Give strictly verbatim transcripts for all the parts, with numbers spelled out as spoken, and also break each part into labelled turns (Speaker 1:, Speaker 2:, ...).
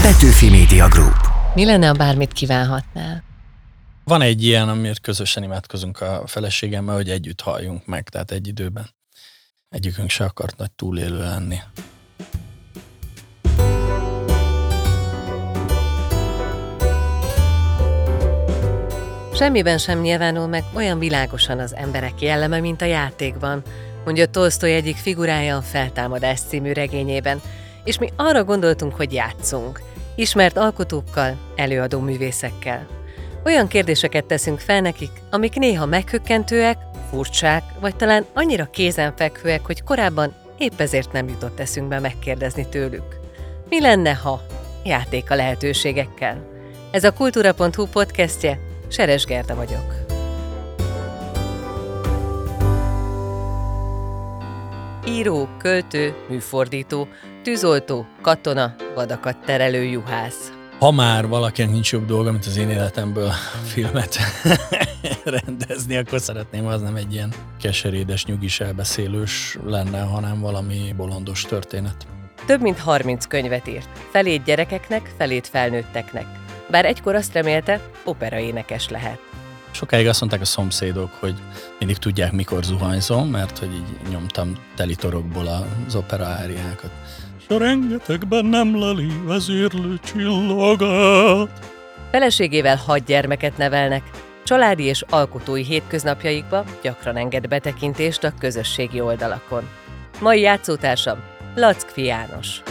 Speaker 1: Petőfi Media Group.
Speaker 2: Mi lenne, ha bármit kívánhatnál?
Speaker 3: Van egy ilyen, amiért közösen imádkozunk a feleségemmel, hogy együtt halljunk meg, tehát egy időben. Egyikünk se akart nagy túlélő lenni.
Speaker 2: Semmiben sem nyilvánul meg olyan világosan az emberek jelleme, mint a játékban, mondja Tolsztoj egyik figurája a Feltámadás című regényében, és mi arra gondoltunk, hogy játszunk, ismert alkotókkal, előadó művészekkel. Olyan kérdéseket teszünk fel nekik, amik néha meghökkentőek, furcsák, vagy talán annyira kézenfekvőek, hogy korábban épp ezért nem jutott eszünkbe megkérdezni tőlük. Mi lenne, ha? Játék a lehetőségekkel. Ez a kultúra pont hu podcastje, Seres Gerda vagyok. Író, költő, műfordító, tűzoltó, katona, vadakat terelő juhász.
Speaker 3: Ha már valakinek nincs jobb dolga, mint az én életemből filmet rendezni, akkor szeretném, az nem egy ilyen keserédes, nyugis elbeszélős lenne, hanem valami bolondos történet.
Speaker 2: Több mint harminc könyvet írt, felét gyerekeknek, felét felnőtteknek. Bár egykor azt remélte, operaénekes lehet.
Speaker 3: Sokáig azt mondták a szomszédok, hogy mindig tudják, mikor zuhanyzom, mert hogy így nyomtam telitorokból az opera áriákat. S a rengetegben nem leli vezérlő csillagat.
Speaker 2: Feleségével hat gyermeket nevelnek, családi és alkotói hétköznapjaikba gyakran enged betekintést a közösségi oldalakon. Mai játszótársam Lackfi János.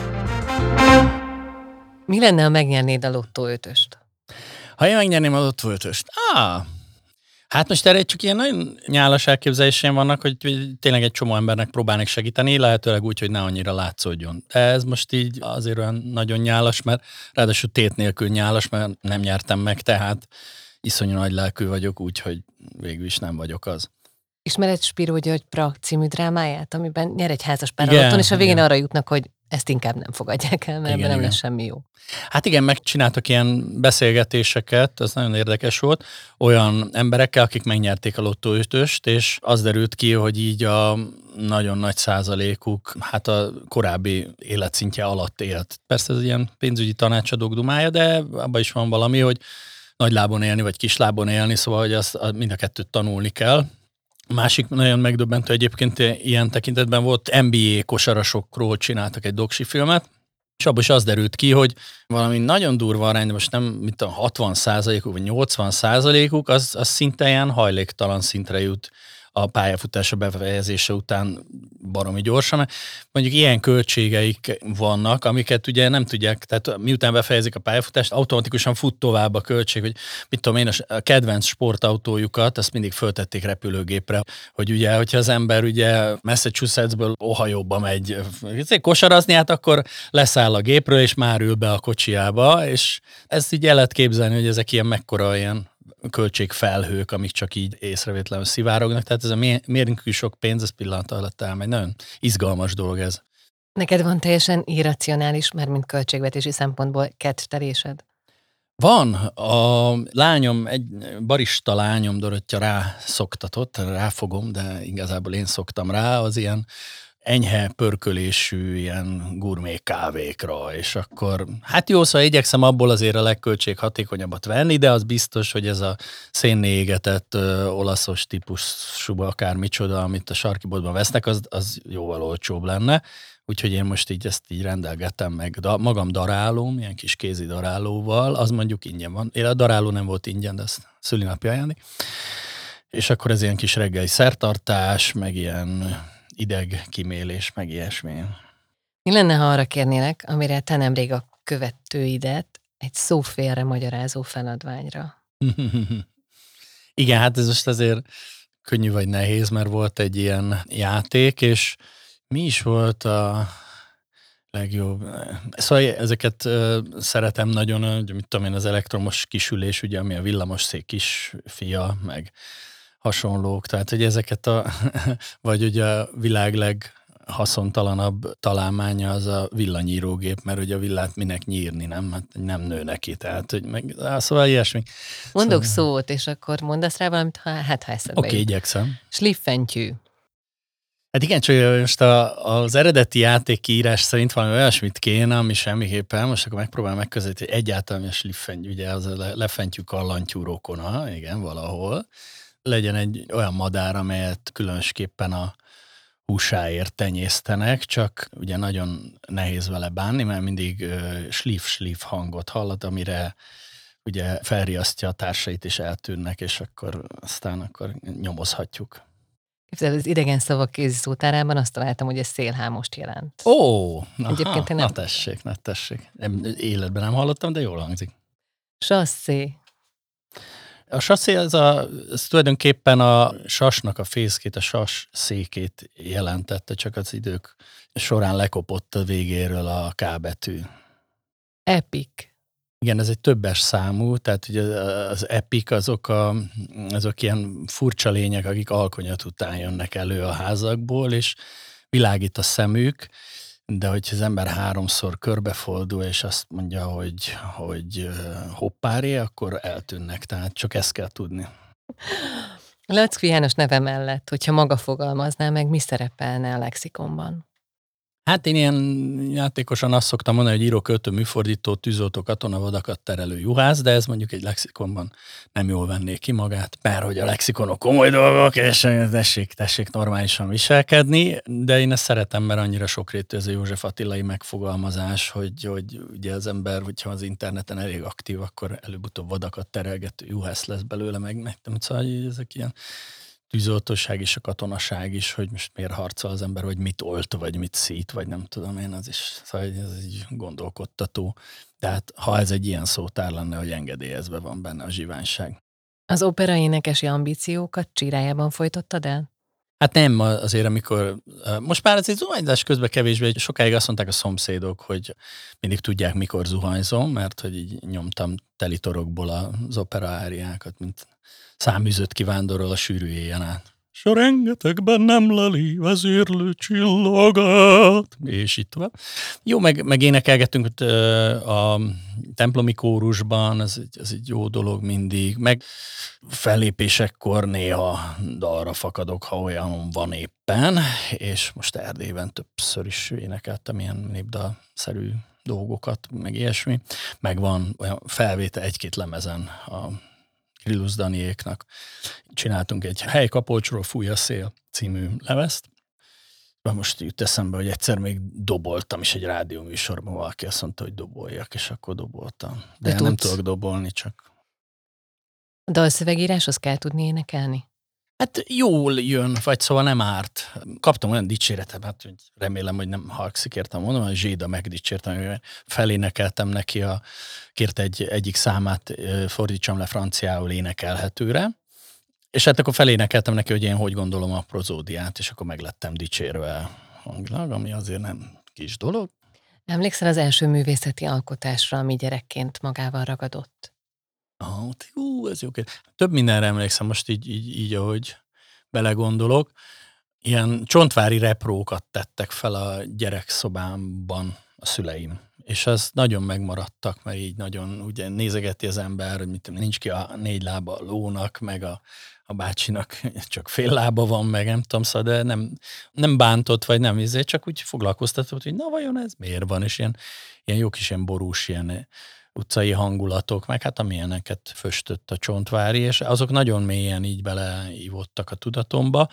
Speaker 2: Mi lenne, ha megnyernéd a lottó ötöst?
Speaker 3: Ha én megnyerném a lottó ötöst? Ah, hát most erre csak ilyen nagyon nyálas elképzelésén vannak, hogy tényleg egy csomó embernek próbálnak segíteni, lehetőleg úgy, hogy ne annyira látszódjon. Ez most így azért olyan nagyon nyálas, mert ráadásul tét nélkül nyálas, mert nem nyertem meg, tehát iszonyú nagy lelkű vagyok, úgyhogy végül is nem vagyok az.
Speaker 2: Ismered Spiró György Prag című drámáját, amiben nyer egy házas pár lotton, és a végén igen. arra jutnak, hogy ezt inkább nem fogadják el, mert igen, nem igen. lesz semmi jó.
Speaker 3: Hát igen, megcsináltak ilyen beszélgetéseket, ez nagyon érdekes volt, olyan emberekkel, akik megnyerték a lottó ötöst, és az derült ki, hogy így a nagyon nagy százalékuk, hát a korábbi életszintje alatt élt. Persze ez ilyen pénzügyi tanácsadók dumája, de abban is van valami, hogy nagy lábon élni, vagy kis lábon élni, szóval, hogy azt mind a kettőt tanulni kell. Másik nagyon megdöbbentő egyébként ilyen tekintetben volt, en bé á kosarasokról csináltak egy doksi filmet, és abban is az derült ki, hogy valami nagyon durva arány, de most nem, mint a hatvan százalékuk, vagy nyolcvan százalékuk, az, az szinte ilyen hajléktalan szintre jut a pályafutása befejezése után baromi gyorsan, mert mondjuk ilyen költségeik vannak, amiket ugye nem tudják, tehát miután befejezik a pályafutást, automatikusan fut tovább a költség, hogy mit tudom én, a kedvenc sportautójukat, azt mindig föltették repülőgépre, hogy ugye, hogyha az ember ugye Massachusettsből Ohioba megy kosarazni, hát akkor leszáll a gépről, és már ül be a kocsiába, és ezt így el lehet képzelni, hogy ezek ilyen mekkora ilyen költségfelhők, amik csak így észrevétlenül szivárognak. Tehát ez a mérnökű sok pénz, ez pillanat alatt elmegy. Nagyon izgalmas dolog ez.
Speaker 2: Neked van teljesen irracionális, már mint költségvetési szempontból kettelésed?
Speaker 3: Van. A lányom, egy barista lányom Dorottya rá szoktatott, ráfogom, de igazából én szoktam rá, az ilyen enyhe pörkölésű ilyen gurmé kávékra, és akkor, hát jó, szóval igyekszem abból azért a legköltséghatékonyabbat venni, de az biztos, hogy ez a szénné égetett ö, olaszos típusú akármicsoda, amit a sarkiboltban vesznek, az, az jóval olcsóbb lenne. Úgyhogy én most így ezt így rendelgettem meg. Da, magam darálóm, ilyen kis kézi darálóval, az mondjuk ingyen van. Én a daráló nem volt ingyen, de ezt szülinapi ajándék. És akkor ez ilyen kis reggeli szertartás, meg ilyen ideg kimélés, meg ilyesmi.
Speaker 2: Mi lenne, ha arra kérnélek, amire te nemrég a követőidet egy szófélre magyarázó feladványra?
Speaker 3: Igen, hát ez most azért könnyű vagy nehéz, mert volt egy ilyen játék, és mi is volt a legjobb? Szóval ezeket uh, szeretem nagyon, hogy mit tudom én, az elektromos kisülés, ugye, ami a villamosszék kisfia, meg hasonlók, tehát hogy ezeket a, vagy ugye a világ leghaszontalanabb találmánya az a villanyírógép, mert ugye a villát minek nyírni, nem? Hát nem nő neki, tehát hogy meg, szóval ilyesmi.
Speaker 2: Mondok
Speaker 3: szóval...
Speaker 2: szót, és akkor mondasz rá valamit, ha, hát ha eszedbe
Speaker 3: Oké, okay, igyekszem.
Speaker 2: Sliffentyű.
Speaker 3: Hát igen, csak most a, az eredeti játékírás szerint valami olyasmit kéne, ami semmiképpen, most akkor megpróbálom megközelíteni, hogy egyáltalán a slifenty, ugye az a lefentyű kallantyú rokona, igen, valahol, legyen egy olyan madár, amelyet különösképpen a húsáért tenyésztenek, csak ugye nagyon nehéz vele bánni, mert mindig slif-slif hangot hallat, amire ugye felriasztja a társait és eltűnnek, és akkor aztán akkor nyomozhatjuk.
Speaker 2: Az idegen szavak kéziszótárában azt találtam, hogy ez szélhámost jelent.
Speaker 3: Ó, na,
Speaker 2: Egyébként én
Speaker 3: na
Speaker 2: nem
Speaker 3: tessék, na tessék. Nem, életben nem hallottam, de jól hangzik.
Speaker 2: Sasszé.
Speaker 3: A sasszé az, a, az tulajdonképpen a sasnak a fészkét, a sas székét jelentette, csak az idők során lekopott a végéről a K betű.
Speaker 2: Epic.
Speaker 3: Igen, ez egy többes számú, tehát ugye az epik azok, a, azok ilyen furcsa lények, akik alkonyat után jönnek elő a házakból, és világít a szemük, de hogyha az ember háromszor körbefordul, és azt mondja, hogy, hogy hoppáré, akkor eltűnnek, tehát csak ezt kell tudni.
Speaker 2: Lackfi János neve mellett, hogyha maga fogalmazná meg, mi szerepelne a lexikonban?
Speaker 3: Hát én ilyen játékosan azt szoktam mondani, hogy író, költő, műfordító, tűzoltó, katona, vadakat terelő juhász, de ez mondjuk egy lexikonban nem jól venné ki magát, mert hogy a lexikonok komoly dolgok, és tessék, tessék normálisan viselkedni, de én ezt szeretem, mert annyira sokrétű ez a József Attilai megfogalmazás, hogy, hogy ugye az ember, hogyha az interneten elég aktív, akkor előbb-utóbb vadakat terelgető juhász lesz belőle, meg, meg nem szóval, ezek ilyen tűzoltóság és a katonaság is, hogy most miért harcol az ember, hogy mit olt, vagy mit szít, vagy nem tudom én, az is, szóval ez egy gondolkodtató. Tehát ha ez egy ilyen szótár lenne, hogy engedélyezve van benne a zsiványság.
Speaker 2: Az opera énekesi ambíciókat Csirájában folytattad el?
Speaker 3: Hát nem, azért amikor, most már azért zuhanyzás közben kevésbé, sokáig azt mondták a szomszédok, hogy mindig tudják, mikor zuhanyzom, mert hogy így nyomtam telitorokból az opera áriákat, mint száműzött kivándorol a sűrű éjjel át. S a rengetegben nem leli, vezérlő csillagat, és itt tovább. Jó, meg, meg énekelgettünk a templomi kórusban, ez egy, ez egy jó dolog mindig, meg fellépésekkor néha dalra fakadok, ha olyan van éppen, és most Erdélyben többször is énekeltem ilyen népdalszerű dolgokat, meg ilyesmi. Meg van olyan felvétel egy-két lemezen a Grillus Daniéknak. Csináltunk egy Helykapolcsról fúj a szél című lemezt. Most jut eszembe, hogy egyszer még doboltam is egy rádióműsorban, valaki azt mondta, hogy doboljak, és akkor doboltam. De, De nem tudok dobolni, csak...
Speaker 2: A dalszövegíráshoz kell tudni énekelni?
Speaker 3: Hát jól jön, vagy szóval nem árt. Kaptam olyan dicséretet, hát remélem, hogy nem hargszik értem mondom, hogy Zséda megdicsértem, felénekeltem neki, a, kért egy, egyik számát, fordítsam le franciául énekelhetőre, és hát akkor felénekeltem neki, hogy én hogy gondolom a prozódiát, és akkor meglettem dicsérve hangilag, ami azért nem kis dolog.
Speaker 2: Emlékszel az első művészeti alkotásra, ami gyerekként magával ragadott?
Speaker 3: Ah, jó, ez jó. Több mindenre emlékszem most így, így, így, ahogy belegondolok. Ilyen csontvári reprókat tettek fel a gyerekszobámban a szüleim. És az nagyon megmaradtak, mert így nagyon ugye nézegeti az ember, hogy mit, nincs ki a négy lába a lónak, meg a, a bácsinak csak fél lába van, meg nem tudom, szóval, de nem, nem bántott, vagy nem, ezért csak úgy foglalkoztatott, hogy na vajon ez miért van, és ilyen, ilyen jó kis ilyen borús, ilyen utcai hangulatok, meg hát amilyeneket föstött a Csontvári, és azok nagyon mélyen így beleívottak a tudatomba.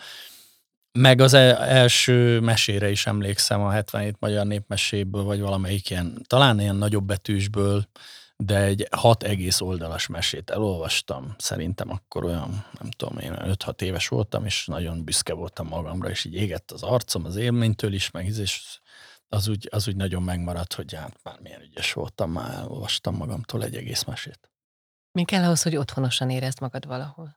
Speaker 3: Meg az első mesére is emlékszem, a hetvenhét magyar népmeséből, vagy valamelyik ilyen, talán ilyen nagyobb betűsből, de egy hat egész oldalas mesét elolvastam. Szerintem akkor olyan, nem tudom, én öt-hat éves voltam, és nagyon büszke voltam magamra, és így égett az arcom az élménytől is, meg és az úgy, az úgy nagyon megmaradt, hogy hát már milyen ügyes voltam, már elolvastam magamtól egy egész mesét.
Speaker 2: Mi kell ahhoz, hogy otthonosan érezd magad valahol?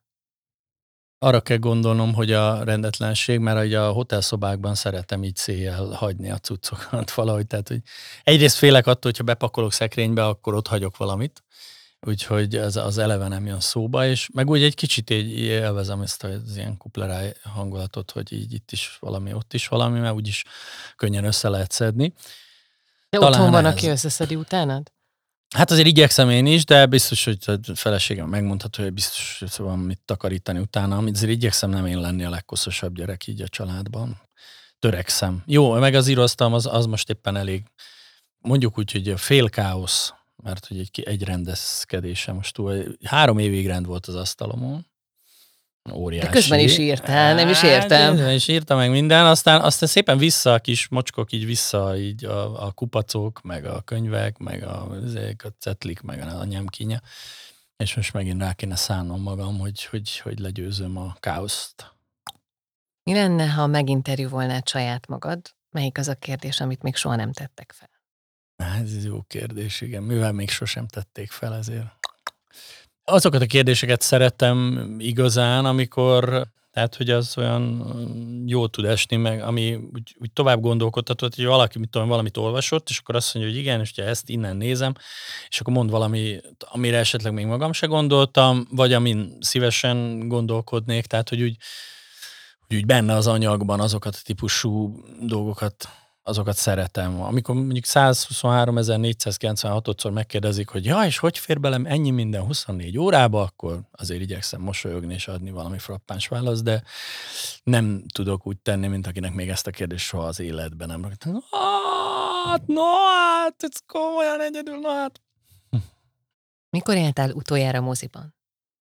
Speaker 3: Arra kell gondolnom, hogy a rendetlenség, mert ugye a hotelszobákban szeretem így széjjel hagyni a cuccokat valahogy, tehát hogy egyrészt félek attól, hogyha bepakolok szekrénybe, akkor ott hagyok valamit, úgyhogy az, az eleve nem jön szóba, és meg úgy egy kicsit így élvezem ezt az ilyen kupleráj hangulatot, hogy így itt is valami, ott is valami, mert úgyis könnyen össze lehet szedni.
Speaker 2: De Talán otthon van, ez... aki összeszedi utánad?
Speaker 3: Hát azért igyekszem én is, de biztos, hogy a feleségem megmondható, hogy biztos, hogy van mit takarítani utána. Azért igyekszem nem én lenni a legkoszosabb gyerek így a családban. törekszem. Jó, meg az íróasztalom az, az most éppen elég, mondjuk úgy, hogy fél káosz, mert hogy egy, egy rendezkedése most túl. Három évig rend volt az asztalomon. Óriási.
Speaker 2: De közben is írtál, nem is értem.
Speaker 3: Hát, is írtam meg minden, aztán, aztán szépen vissza a kis mocskok, így vissza így a, a kupacok, meg a könyvek, meg a, a cetlik, meg a anyám kínja. És most megint rá kéne szánnom magam, hogy, hogy, hogy legyőzöm a káoszt.
Speaker 2: Mi lenne, ha meginterjúvolnád saját magad? Melyik az a kérdés, amit még soha nem tettek fel?
Speaker 3: Hát ez jó kérdés, igen. Mivel még sosem tették fel, ezért. Azokat a kérdéseket szeretem igazán, amikor, tehát, hogy az olyan jól tud esni, meg ami úgy, úgy tovább gondolkodtatott, hogy valaki mit tudom, valamit olvasott, és akkor azt mondja, hogy igen, és ugye ezt innen nézem, és akkor mond valami, amire esetleg még magam se gondoltam, vagy amin szívesen gondolkodnék, tehát, hogy úgy, hogy úgy benne az anyagban azokat a típusú dolgokat, azokat szeretem. Amikor mondjuk százhuszonháromezer-négyszázkilencvenhatodszor megkérdezik, hogy ja, és hogy fér belem ennyi minden huszonnégy órába, akkor azért igyekszem mosolyogni és adni valami frappáns választ, de nem tudok úgy tenni, mint akinek még ezt a kérdést soha az életben nem raktam. Hát, no, hát, ez komolyan egyedül, no, hát.
Speaker 2: Mikor jártál utoljára moziban?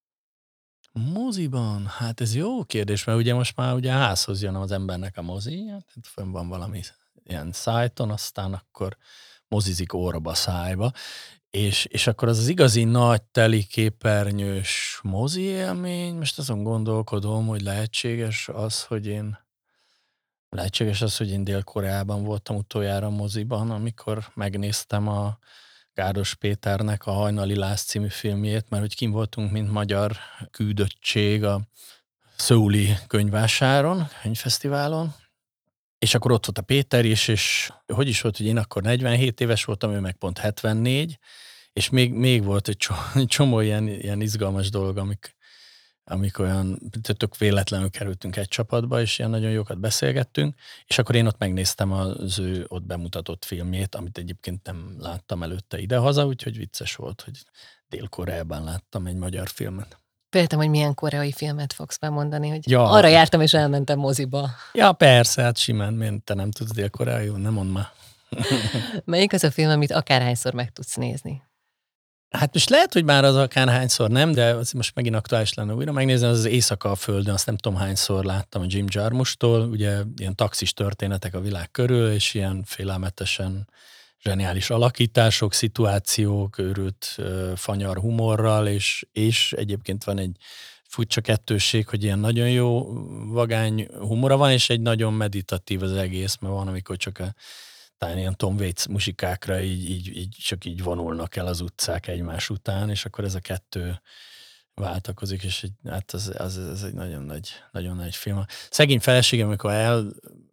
Speaker 3: Moziban? Hát ez jó kérdés, mert ugye most már ugye a házhoz jön az embernek a mozi, tehát fönn van valami ilyen szájton, aztán akkor mozizik orba, szájba, és, és akkor az az igazi nagy teli képernyős mozi élmény, most azon gondolkodom, hogy lehetséges az, hogy én lehetséges az, hogy én Dél-Koreában voltam utoljára moziban, amikor megnéztem a Gáros Péternek a Hajnali Láz című filmjét, mert hogy kim voltunk, mint magyar küldöttség a Szöuli könyvvásáron, könyvfesztiválon, és akkor ott volt a Péter is, és hogy is volt, hogy én akkor negyvenhét éves voltam, ő meg pont hetvennégy, és még, még volt egy csomó, egy csomó ilyen, ilyen izgalmas dolog, amik, amik olyan, tök véletlenül kerültünk egy csapatba, és ilyen nagyon jókat beszélgettünk, és akkor én ott megnéztem az ő ott bemutatott filmjét, amit egyébként nem láttam előtte idehaza, úgyhogy vicces volt, hogy Dél-Koreában láttam egy magyar filmet.
Speaker 2: Féltem, hogy milyen koreai filmet fogsz bemondani, hogy
Speaker 3: ja.
Speaker 2: Arra jártam, és elmentem moziba.
Speaker 3: Ja, persze, hát simán, miért te nem tudsz dél-koreaiul, nem mondd már.
Speaker 2: Melyik az a film, amit akárhányszor meg tudsz nézni?
Speaker 3: Hát most lehet, hogy már az akárhányszor nem, de az most megint aktuális lenne újra megnézni, az az Éjszaka a Földön, azt nem tudom hányszor láttam a Jim Jarmusch-tól, ugye ilyen taxis történetek a világ körül, és ilyen félelmetesen zseniális alakítások, szituációk, őrült uh, fanyar humorral, és, és egyébként van egy furcsa kettősség, hogy ilyen nagyon jó vagány humora van, és egy nagyon meditatív az egész, mert van, amikor csak a talán ilyen Tom Waits muzsikákra így, így, így csak így vonulnak el az utcák egymás után, és akkor ez a kettő váltakozik, és egy, hát az, az, az egy nagyon nagy, nagyon nagy film. A szegény feleségem, amikor el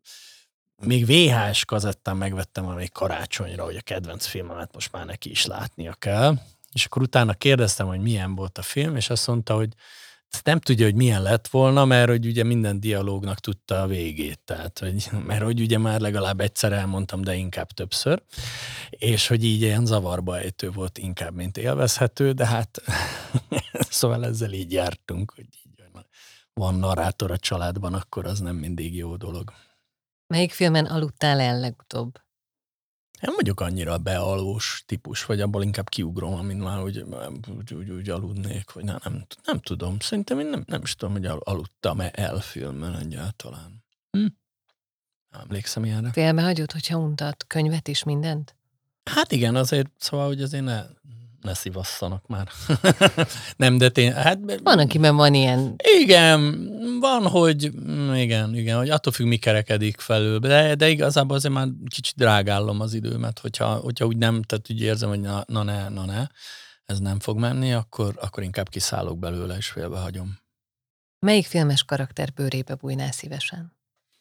Speaker 3: még vé há es kazettán megvettem valami karácsonyra, hogy a kedvenc filmemet most már neki is látnia kell, és akkor utána kérdeztem, hogy milyen volt a film, és azt mondta, hogy nem tudja, hogy milyen lett volna, mert hogy ugye minden dialógnak tudta a végét, tehát, hogy, mert hogy ugye már legalább egyszer elmondtam, de inkább többször, és hogy így ilyen zavarba ejtő volt inkább, mint élvezhető, de hát szóval ezzel így jártunk, hogy így van narrátor a családban, akkor az nem mindig jó dolog.
Speaker 2: Melyik filmen aludtál el legutóbb?
Speaker 3: Nem vagyok annyira bealós típus, vagy abból inkább kiugrom, amint már úgy, úgy, úgy, úgy aludnék, vagy nem, nem, nem tudom. Szerintem én nem, nem is tudom, hogy aludtam-e el filmen egyáltalán. Hm? Emlékszem ilyenre.
Speaker 2: Félbehagyod, hogyha untat könyvet is, mindent?
Speaker 3: Hát igen, azért, szóval, hogy azért ne, ne szivasszanak már. Nem, de tény, hát...
Speaker 2: Van, akiben van ilyen...
Speaker 3: Igen, van, hogy igen, igen, hogy attól függ, mi kerekedik felül, de, de igazából azért már kicsit drágállom az időmet, hogyha, hogyha úgy nem, tehát úgy érzem, hogy na, na ne, na ne, ez nem fog menni, akkor, akkor inkább kiszállok belőle, és félbehagyom.
Speaker 2: Melyik filmes karakter bőrébe bújnál szívesen?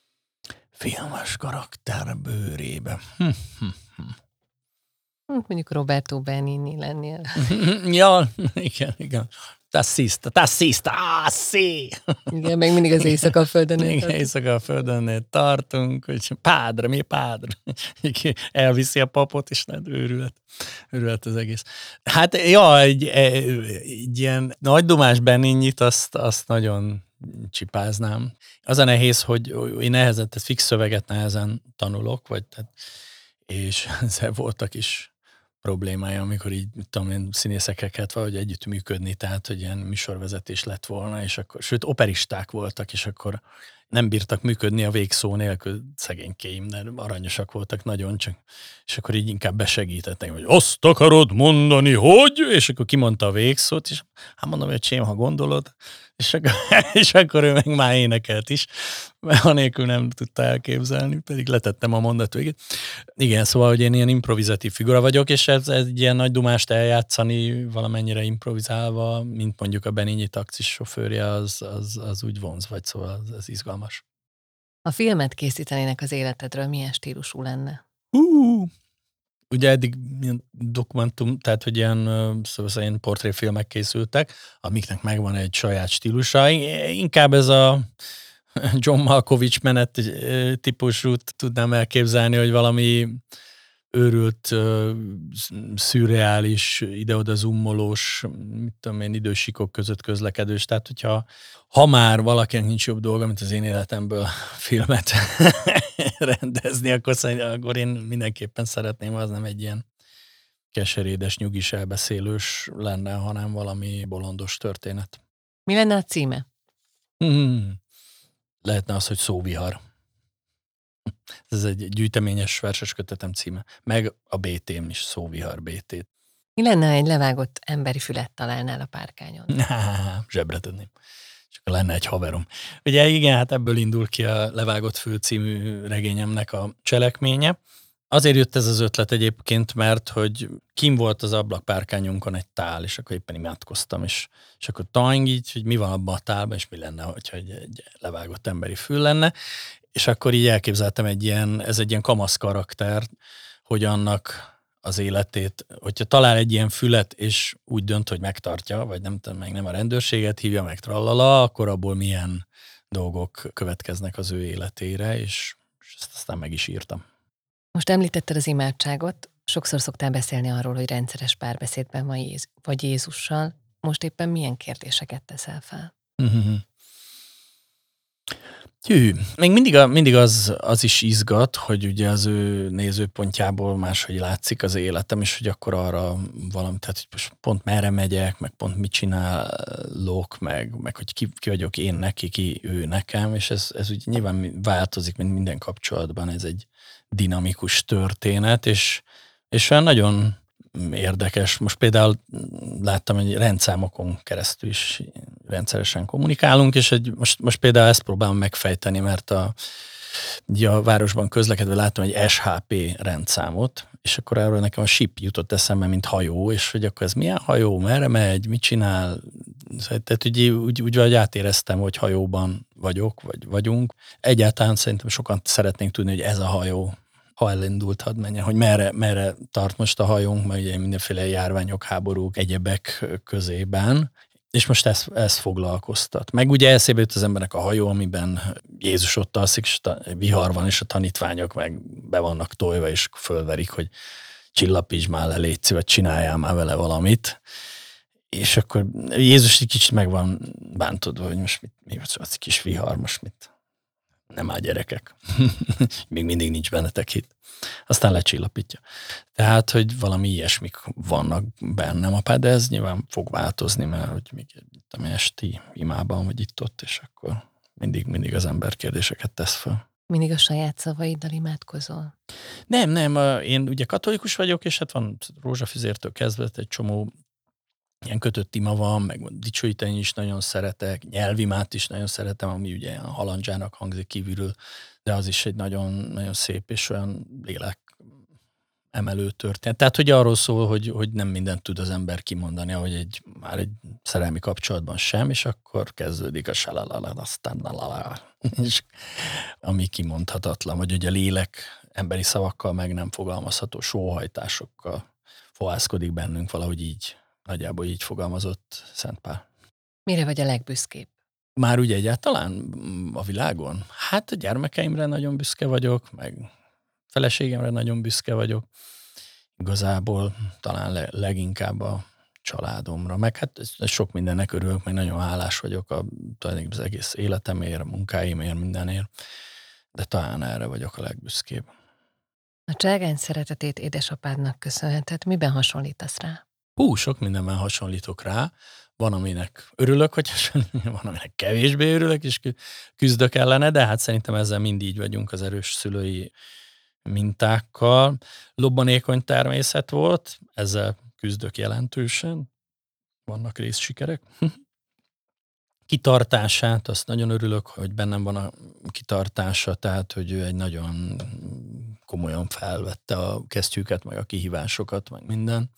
Speaker 3: Filmes karakter bőrébe. Hm, hm, hm.
Speaker 2: Mondjuk Roberto Benigni lennél.
Speaker 3: Ja, igen, igen. Tassista, tassista, ah, sí!
Speaker 2: Igen, meg mindig az Éjszaka a Földön.
Speaker 3: Igen, Éjszaka a Földönnél tartunk, hogy pádra, mi pádra? Elviszi a papot, és nem őrület. Őrület az egész. Hát, ja, egy, egy ilyen nagy Domás Benignit, azt, azt nagyon, csipáznám. Az a nehéz, hogy én nehezen, tehát fix szöveget nehezen tanulok, vagy tehát, és ezzel voltak is problémája, amikor így, tudom én, színészekkel valahogy együtt működni, tehát, hogy ilyen műsorvezetés lett volna, és akkor, sőt, operisták voltak, és akkor nem bírtak működni a végszó nélkül, szegénykéim, de aranyosak voltak nagyon, csak, és akkor így inkább besegítettek, hogy azt akarod mondani, hogy? És akkor kimondta a végszót, és hát mondom, hogy csém, ha gondolod, és akkor, és akkor ő meg már énekelt is, mert anélkül nem tudta elképzelni, pedig letettem a mondat végét. Igen, szóval, hogy én ilyen improvizatív figura vagyok, és ez, ez egy ilyen nagy dumást eljátszani valamennyire improvizálva, mint mondjuk a Benényi taxis sofőrje, az, az, az úgy vonz, vagy szóval az, az izgalmas.
Speaker 2: Ha filmet készítenének az életedről, milyen stílusú lenne?
Speaker 3: Uh, ugye eddig ilyen dokumentum, tehát hogy ilyen, szóval ilyen portréfilmek készültek, amiknek megvan egy saját stílusa. Inkább ez a John Malkovich menet típusút tudnám elképzelni, hogy valami őrült, szürreális, ide-oda zoomolós, mit tudom én, idősíkok között közlekedős. Tehát, hogyha ha már valakinek nincs jobb dolga, mint az én életemből filmet rendezni, akkor, akkor én mindenképpen szeretném, az nem egy ilyen keserédes, nyugis elbeszélős lenne, hanem valami bolondos történet.
Speaker 2: Mi lenne a címe?
Speaker 3: Hmm. Lehetne az, hogy Szóvihar. Ez egy gyűjteményes verses kötetem címe. Meg a bé té-m is, Szóvihar bé té.
Speaker 2: Mi lenne, ha egy levágott emberi fület találnál a párkányon?
Speaker 3: Zsebre tenném. Csak lenne egy haverom. Ugye igen, hát ebből indul ki a Levágott fül című regényemnek a cselekménye. Azért jött ez az ötlet egyébként, mert hogy kim volt az ablakpárkányunkon egy tál, és akkor éppen imádkoztam, és, és akkor tang így, hogy mi van abban a tálban, és mi lenne, hogyha egy, egy levágott emberi fül lenne. És akkor így elképzeltem egy ilyen, ez egy ilyen kamasz karakter, hogy annak az életét, hogyha talál egy ilyen fület, és úgy dönt, hogy megtartja, vagy nem tudom, meg nem a rendőrséget hívja, meg trallala, akkor abból milyen dolgok következnek az ő életére, és, és ezt aztán meg is írtam.
Speaker 2: Most említetted az imádságot, sokszor szoktál beszélni arról, hogy rendszeres párbeszédben van Jéz- vagy Jézussal. Most éppen milyen kérdéseket teszel fel?
Speaker 3: Mm-hmm. Hű, még mindig, a, mindig az, az is izgat, hogy ugye az ő nézőpontjából máshogy látszik az életem, és hogy akkor arra valami, tehát hogy most pont merre megyek, meg pont mit csinálok, meg, meg hogy ki, ki vagyok én neki, ki ő nekem, és ez, ez ugye nyilván változik, mint minden kapcsolatban, ez egy dinamikus történet, és, és olyan nagyon érdekes. Most például láttam, hogy rendszámokon keresztül is rendszeresen kommunikálunk, és egy, most, most például ezt próbálom megfejteni, mert a, a városban közlekedve láttam egy es há pé rendszámot, és akkor arról nekem a ship jutott eszembe, mint hajó, és hogy akkor ez milyen hajó, merre megy, mit csinál, tehát úgy, úgy, úgy vagy átéreztem, hogy hajóban vagyok, vagy vagyunk. Egyáltalán szerintem sokan szeretnénk tudni, hogy ez a hajó, ha elindult, hadd menjen, hogy merre, merre tart most a hajónk, mert ugye mindenféle járványok, háborúk, egyebek közében, és most ez, ez foglalkoztat. Meg ugye eszébe jut az embernek a hajó, amiben Jézus ott alszik, és vihar van, és a tanítványok meg be vannak tojva, és fölverik, hogy csillapítsd már le, légy, vagy csináljál már vele valamit. És akkor Jézus egy kicsit meg van bántodva, hogy most mit, mi az kis vihar, most mit. Nem áll gyerekek. Még mindig nincs bennetek hit. Aztán lecsillapítja. Tehát, hogy valami ilyesmik vannak bennem, apá, de ez nyilván fog változni, mert hogy még egy esti imában vagy itt-ott, és akkor mindig, mindig az ember kérdéseket tesz fel.
Speaker 2: Mindig a saját szavaiddal imádkozol?
Speaker 3: Nem, nem, én ugye katolikus vagyok, és hát van rózsafüzértől kezdve egy csomó ilyen kötött ima van, meg dicsőíteni is nagyon szeretek, nyelvimát is nagyon szeretem, ami ugye a halandzsának hangzik kívülről, de az is egy nagyon, nagyon szép és olyan lélek emelő történet. Tehát, hogy arról szól, hogy, hogy nem mindent tud az ember kimondani, ahogy egy, már egy szerelmi kapcsolatban sem, és akkor kezdődik a salalala, aztán lalala, és ami kimondhatatlan, vagy ugye a lélek emberi szavakkal meg nem fogalmazható sóhajtásokkal fohászkodik bennünk, valahogy így. Nagyjából így fogalmazott Szent Pál.
Speaker 2: Mire vagy a legbüszkébb?
Speaker 3: Már ugye egyáltalán a világon? Hát a gyermekeimre nagyon büszke vagyok, meg feleségemre nagyon büszke vagyok. Igazából talán le, leginkább a családomra, meg hát sok mindennek örülök, meg nagyon hálás vagyok a, tulajdonképpen az egész életemért, a munkáimért, mindenért, de talán erre vagyok a legbüszkébb.
Speaker 2: A cselgány szeretetét édesapádnak köszönheted. Miben hasonlítasz rá?
Speaker 3: Hú, sok mindenben hasonlítok rá. Van, aminek örülök, hogy van, aminek kevésbé örülök, és küzdök ellene, de hát szerintem ezzel mind így vagyunk az erős szülői mintákkal. Lobbanékony természet volt, ezzel küzdök jelentősen. Vannak részsikerek. Kitartását, azt nagyon örülök, hogy bennem van a kitartása, tehát, hogy ő egy nagyon komolyan felvette a kesztyűket, meg a kihívásokat, meg minden.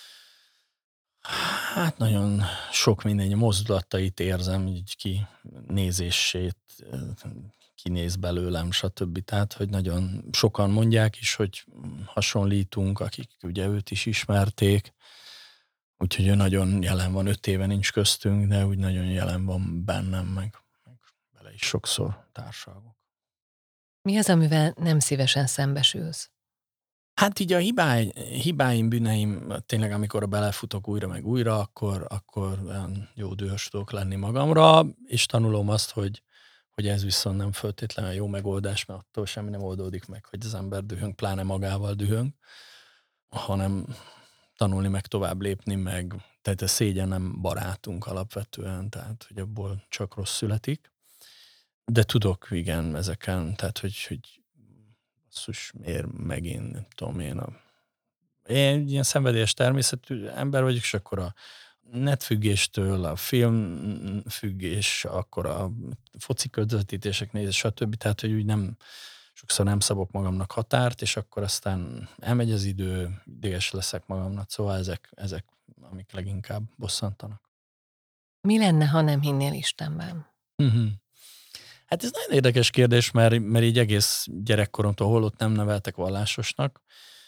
Speaker 3: Hát nagyon sok minden, mozdulatait érzem, így kinézését, kinéz belőlem, stb. Tehát, hogy nagyon sokan mondják is, hogy hasonlítunk, akik ugye őt is ismerték, úgyhogy ő nagyon jelen van, öt éve nincs köztünk, de úgy nagyon jelen van bennem, meg, meg vele is sokszor társalgok.
Speaker 2: Mi az, amivel nem szívesen szembesülsz?
Speaker 3: Hát így a hibáim, hibáim, bűneim, tényleg amikor belefutok újra meg újra, akkor, akkor olyan jó dühös tudok lenni magamra, és tanulom azt, hogy, hogy ez viszont nem feltétlenül jó megoldás, mert attól semmi nem oldódik meg, hogy az ember dühöng, pláne magával dühöng, hanem tanulni meg tovább lépni, meg tehát a szégyen nem barátunk alapvetően, tehát hogy abból csak rossz születik. De tudok, igen, ezeken, tehát hogy, hogy basszus, miért megint, nem tudom én, a, én ilyen szenvedélyes természetű ember vagyok, és akkor a netfüggéstől, a filmfüggés, akkor a foci közvetítések nézés, stb. Tehát, hogy úgy nem, sokszor nem szabok magamnak határt, és akkor aztán elmegy az idő, ideges leszek magamnak, szóval ezek, ezek amik leginkább bosszantanak.
Speaker 2: Mi lenne, ha nem hinnél Istenben?
Speaker 3: Uh-huh. Hát ez nagyon érdekes kérdés, mert, mert így egész gyerekkoromtól holott nem neveltek vallásosnak.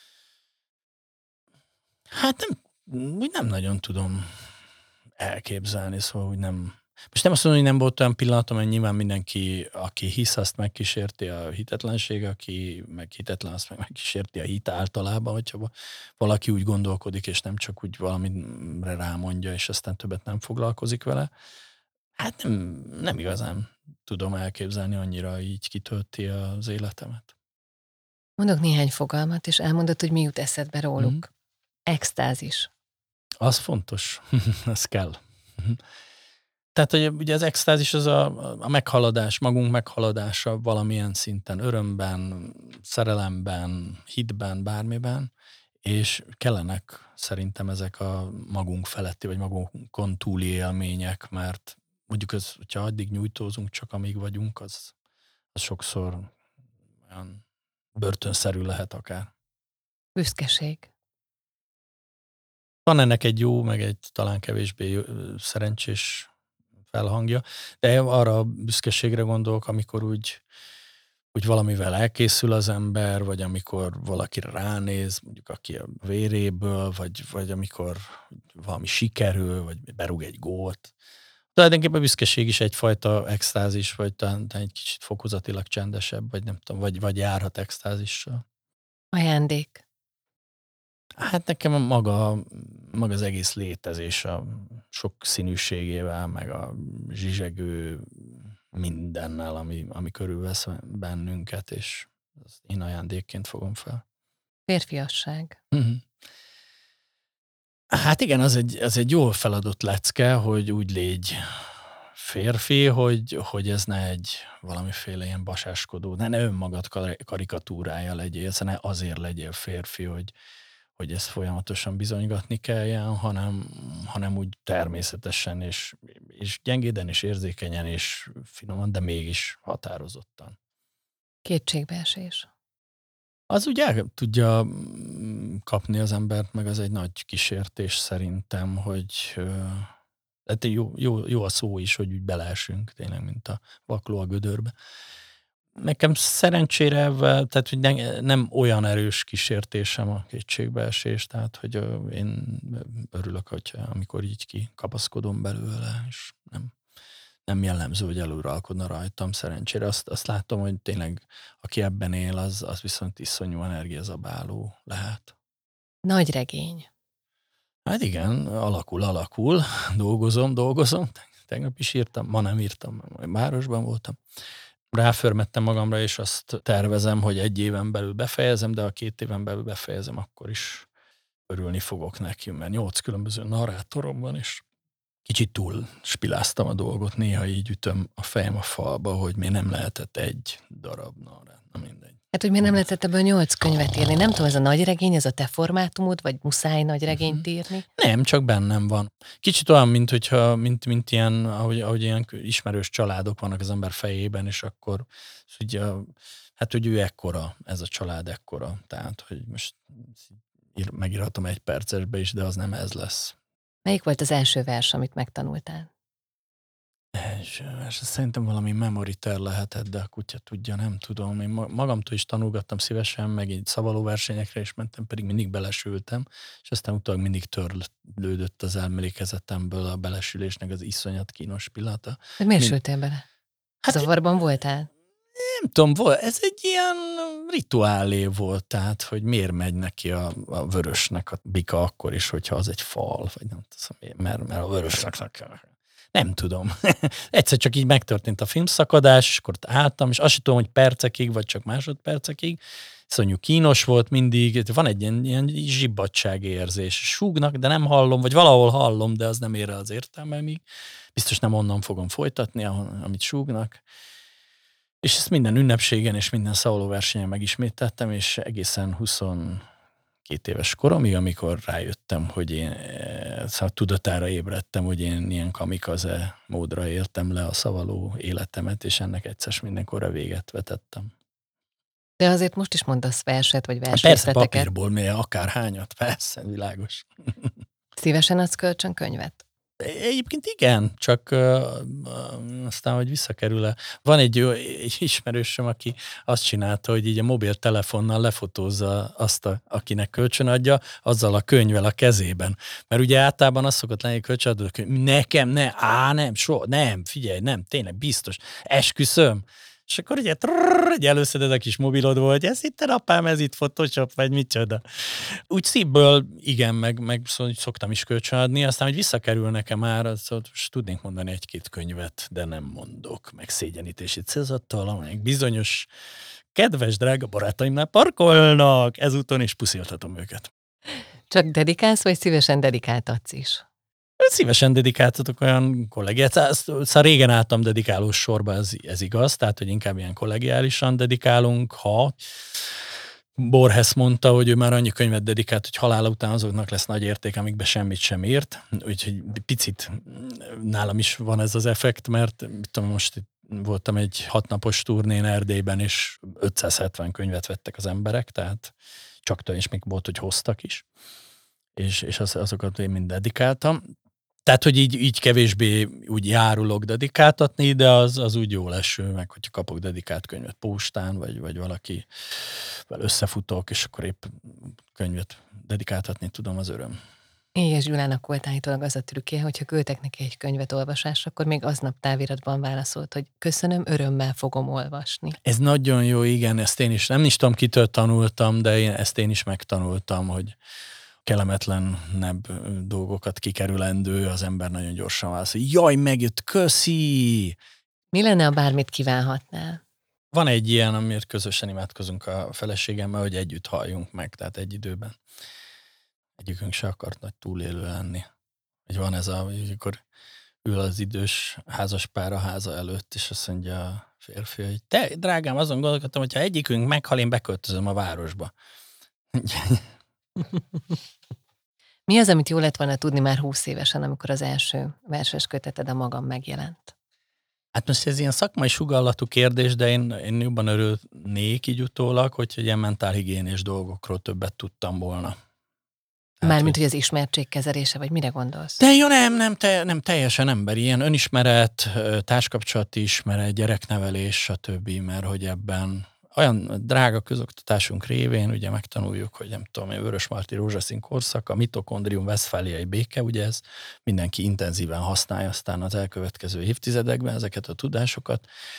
Speaker 3: Hát nem, úgy nem nagyon tudom elképzelni, szóval úgy nem... Most nem azt mondom, hogy nem volt olyan pillanatom, hogy nyilván mindenki, aki hisz, azt megkísérti a hitetlenség, aki meg hitetlen, azt meg megkísérti a hit általában, hogyha valaki úgy gondolkodik, és nem csak úgy valamire rámondja, és aztán többet nem foglalkozik vele. Hát nem, nem igazán tudom elképzelni, annyira így kitölti az életemet.
Speaker 2: Mondok néhány fogalmat, és elmondod, hogy mi jut eszedbe róluk. Mm. Extázis.
Speaker 3: Az fontos. Az kell. Tehát, hogy ugye az extázis az a, a meghaladás, magunk meghaladása valamilyen szinten, örömben, szerelemben, hitben, bármiben, és kellenek szerintem ezek a magunk feletti, vagy magunkon túli élmények, mert mondjuk az, hogyha addig nyújtózunk, csak amíg vagyunk, az, az sokszor olyan börtönszerű lehet akár.
Speaker 2: Büszkeség.
Speaker 3: Van ennek egy jó, meg egy talán kevésbé jó, szerencsés felhangja, de arra a büszkeségre gondolok, amikor úgy, úgy valamivel elkészül az ember, vagy amikor valakire ránéz, mondjuk aki a véréből, vagy, vagy amikor valami sikerül, vagy berúg egy gólt. Tulajdonképpen a büszkeség is egyfajta extázis, vagy talán, talán egy kicsit fokozatilag csendesebb, vagy nem tudom, vagy, vagy járhat extázissal.
Speaker 2: Ajándék.
Speaker 3: Hát nekem maga, maga az egész létezés a sok színűségével, meg a zsizsegő mindennel, ami, ami körülvesz bennünket, és azt én ajándékként fogom fel.
Speaker 2: Férfiasság.
Speaker 3: Uh-huh. Hát igen, az egy, az egy jól feladott lecke, hogy úgy légy férfi, hogy, hogy ez ne egy valamiféle ilyen basáskodó, ne, ne önmagad karikatúrája legyél, ne azért legyél férfi, hogy hogy ezt folyamatosan bizonygatni kelljen, hanem, hanem úgy természetesen, és, és gyengéden, és érzékenyen, és finoman, de mégis határozottan.
Speaker 2: Kétségbeesés. Az
Speaker 3: úgy el tudja kapni az embert, meg az egy nagy kísértés szerintem, hogy hát jó, jó, jó a szó is, hogy úgy beleesünk, tényleg, mint a vakló a gödörbe. Nekem szerencsére, tehát hogy ne, nem olyan erős kísértésem a kétségbeesés, tehát hogy én örülök, hogy amikor így kikapaszkodom belőle, és nem, nem jellemző, hogy előralkodna rajtam szerencsére. Azt, azt látom, hogy tényleg aki ebben él, az, az viszont iszonyú energiazabáló lehet.
Speaker 2: Nagy regény.
Speaker 3: Hát igen, alakul, alakul, dolgozom, dolgozom. Tegnap is írtam, ma nem írtam, majd városban voltam. Ráförmettem magamra, és azt tervezem, hogy egy éven belül befejezem, de a két éven belül befejezem, akkor is örülni fogok neki, mert nyolc különböző narrátorom van, és kicsit túl spiláztam a dolgot, néha így ütöm a fejem a falba, hogy még nem lehetett egy darab narrát, na mindegy.
Speaker 2: Hát, hogy miért nem lehetett ebből nyolc könyvet írni? Nem tudom, ez a nagy regény, ez a te formátumod, vagy muszáj nagy regényt írni?
Speaker 3: Nem, csak bennem van. Kicsit olyan, mint, hogyha, mint, mint ilyen, ahogy, ahogy ilyen ismerős családok vannak az ember fejében, és akkor ugye, hát, hogy ő ekkora, ez a család ekkora. Tehát, hogy most ír, megírhatom egy percesbe is, de az nem ez lesz.
Speaker 2: Melyik volt az első vers, amit megtanultál?
Speaker 3: És, és szerintem valami memoriter lehetett, de a kutya tudja, nem tudom. Én magamtól is tanulgattam szívesen, meg így szavaló versenyekre is mentem, pedig mindig belesültem, és aztán utána mindig törlődött az emlékezetemből a belesülésnek az iszonyat kínos pillanata.
Speaker 2: De miért Mind... sültél bele? Hát zavarban voltál?
Speaker 3: Nem tudom, volt, ez egy ilyen rituálé volt, tehát, hogy miért megy neki a, a vörösnek a bika akkor is, hogyha az egy fal, vagy nem tudom, mert, mert a vörösnek nem tudom. Egyszer csak így megtörtént a filmszakadás, és akkor álltam, és azt sem tudom, hogy percekig, vagy csak másodpercekig. Szonyú kínos volt mindig, van egy ilyen, ilyen zsibbadság érzés. Súgnak, de nem hallom, vagy valahol hallom, de az nem ér el az értelmemig. Biztos nem onnan fogom folytatni, amit súgnak. És ezt minden ünnepségen és minden szavalóversenyen megismételtem, és egészen huszonkét éves koromig, amikor rájöttem, hogy én szóval tudatára ébredtem, hogy én ilyen kamikaze módra éltem le a szavaló életemet, és ennek egyszer mindenkorra véget vetettem.
Speaker 2: De azért most is mondasz verset, vagy versrészleteket.
Speaker 3: Persze, papírból, mi akárhányat, persze, világos.
Speaker 2: Szívesen adsz kölcsön könyvet?
Speaker 3: Egyébként igen, csak uh, aztán, hogy visszakerül-e. Van egy, egy ismerősöm, aki azt csinálta, hogy így a mobiltelefonnal lefotózza azt, a, akinek kölcsön adja, azzal a könyvvel a kezében. Mert ugye általában az szokott lenni, hogy kölcsön adod, hogy nekem, ne, á, nem, soha, nem, figyelj, nem, tényleg, biztos, esküszöm. És akkor ugye trrrr, egy előszeded a kis mobilodból, hogy ez itt a apám, ez itt Photoshop, vagy micsoda. Úgy szívből igen, meg, meg szoktam is kölcsönadni, aztán, hogy visszakerül nekem már, szóval tudnék mondani egy-két könyvet, de nem mondok, meg szégyenítési célzattal, amelyek bizonyos kedves, drága barátaimnál parkolnak, ezúton is pusziltatom őket.
Speaker 2: Csak dedikálsz, vagy szívesen dedikáltatsz is?
Speaker 3: Szívesen dedikáltatok olyan kollegiát. Szóval régen álltam dedikálós sorba, ez, ez igaz, tehát, hogy inkább ilyen kollegiálisan dedikálunk, ha Borges mondta, hogy ő már annyi könyvet dedikált, hogy halála után azoknak lesz nagy érték, amikbe semmit sem írt. Úgyhogy picit nálam is van ez az effekt, mert tudom, most voltam egy hatnapos turnén Erdélyben, és ötszázhetven könyvet vettek az emberek, tehát csak és még volt, hogy hoztak is. És, és az, azokat én mind dedikáltam. Tehát, hogy így, így kevésbé úgy járulok dedikáltatni, de az, az úgy jó eső, meg hogyha kapok dedikált könyvet postán, vagy, vagy valakivel összefutok, és akkor épp könyvet dedikáltatni tudom, az öröm.
Speaker 2: Éhes Gyulának volt állítólag az a trükkje, hogyha küldtek neki egy könyvet olvasásra, akkor még aznap táviratban válaszolt, hogy köszönöm, örömmel fogom olvasni.
Speaker 3: Ez nagyon jó, igen, ezt én is, nem is tudom, kitől tanultam, de én, ezt én is megtanultam, hogy kellemetlenebb dolgokat kikerülendő, az ember nagyon gyorsan válaszol. Jaj, megjött, köszi!
Speaker 2: Mi lenne, ha bármit kívánhatnál?
Speaker 3: Van egy ilyen, amiért közösen imádkozunk a feleségemmel, hogy együtt halljunk meg, tehát egy időben. Egyikünk se akart nagy túlélő lenni. Hogy van ez a, amikor ül az idős házaspár a háza előtt, és azt mondja a férfi, hogy te, drágám, azon gondolkodtam, hogyha egyikünk meghal, én beköltözöm a városba.
Speaker 2: Mi az, amit jó lett volna tudni már húsz évesen, amikor az első verses köteted a Magam megjelent?
Speaker 3: Hát most ez ilyen szakmai sugallatú kérdés, de én, én jobban örülnék így utólag, hogyha ilyen mentálhigiénés dolgokról többet tudtam volna.
Speaker 2: Mármint, hogy az ismertség kezelése, vagy mire gondolsz?
Speaker 3: De jó, nem, nem, te, nem teljesen emberi, ilyen önismeret, társkapcsolati ismeret, gyereknevelés, stb., mert hogy ebben olyan drága közoktatásunk révén, ugye megtanuljuk, hogy nem tudom, a vörösmarty rózsaszín korszak, a mitokondrium westfáliai béke, ugye ez mindenki intenzíven használja aztán az elkövetkező évtizedekben ezeket a tudásokat.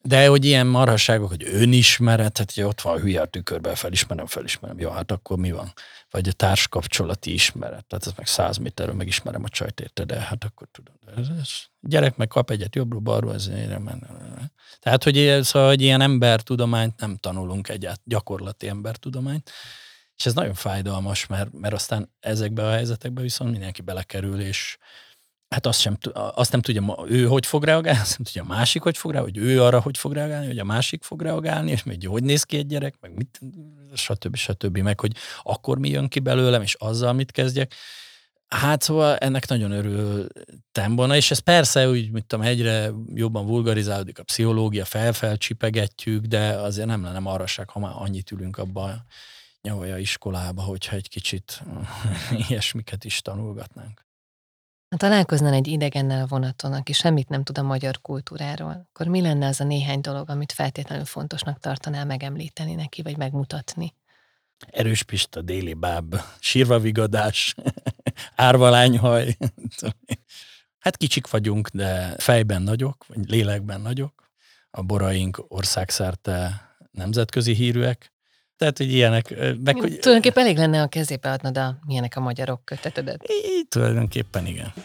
Speaker 3: De hogy ilyen marhasságok, hogy önismeret, hát hogy ott van a hülye a tükörben, felismerem, felismerem, jó, hát akkor mi van? Vagy a társkapcsolati ismeret, tehát ez meg száz méterről megismerem a csajt, érte, de hát akkor tudom. Ez, ez, gyerek meg kap egyet jobbról, balról, ez tehát, hogy, szóval, hogy ilyen embertudományt nem tanulunk egyáltalán, gyakorlati embertudományt, és ez nagyon fájdalmas, mert, mert aztán ezekbe a helyzetekbe viszont mindenki belekerül, és hát azt, sem, azt nem tudja, ő hogy fog reagálni, azt nem tudja, a másik hogy fog reagálni, hogy ő arra hogy fog reagálni, hogy a másik fog reagálni, és még hogy néz ki egy gyerek, meg mit, stb. stb. Meg hogy akkor mi jön ki belőlem, és azzal mit kezdjek. Hát szóval ennek nagyon örültem volna, és ez persze úgy, mit tudom, egyre jobban vulgarizálódik a pszichológia, felfelcsipegetjük, de azért nem lenne marhaság, ha már annyit ülünk abba a nyavaja iskolába, hogyha egy kicsit ilyesmiket is tanulgatnánk.
Speaker 2: Ha találkoznál egy idegennel a vonaton, aki semmit nem tud a magyar kultúráról, akkor mi lenne az a néhány dolog, amit feltétlenül fontosnak tartanál megemlíteni neki, vagy megmutatni?
Speaker 3: Erős Pista, déli báb, sírvavigadás, árvalányhaj. Hát kicsik vagyunk, de fejben nagyok, vagy lélekben nagyok. A boraink országszerte nemzetközi hírűek. Tehát, hogy ilyenek... Meg, hogy...
Speaker 2: Tulajdonképpen elég lenne a kezébe adnod a milyenek a magyarok kötetedet.
Speaker 3: Így tulajdonképpen igen.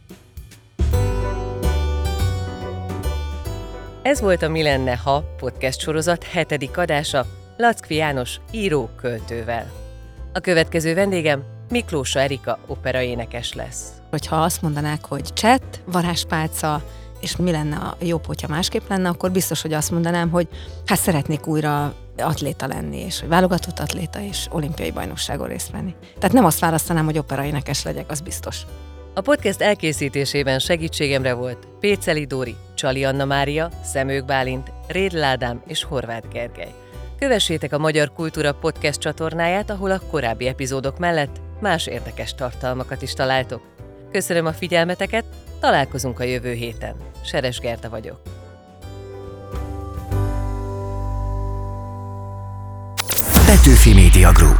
Speaker 2: Ez volt a Mi lenne, ha podcast sorozat hetedik adása Lackfi János író-költővel. A következő vendégem Miklósa Erika operaénekes lesz.
Speaker 1: Hogyha azt mondanák, hogy chat, varázspálca, és mi lenne a jobb, hogyha másképp lenne, akkor biztos, hogy azt mondanám, hogy hát szeretnék újra atléta lenni, és hogy válogatott atléta, és olimpiai bajnokságon részt venni. Tehát nem azt választanám, hogy operaénekes legyek, az biztos.
Speaker 2: A podcast elkészítésében segítségemre volt Péceli Dóri, Csali Anna Mária, Szemők Bálint, Rédl Ádám és Horváth Gergely. Kövessétek a Magyar Kultúra Podcast csatornáját, ahol a korábbi epizódok mellett más érdekes tartalmakat is találtok. Köszönöm a figyelmeteket, találkozunk a jövő héten. Seres Gerda vagyok.
Speaker 4: Petőfi Media Group.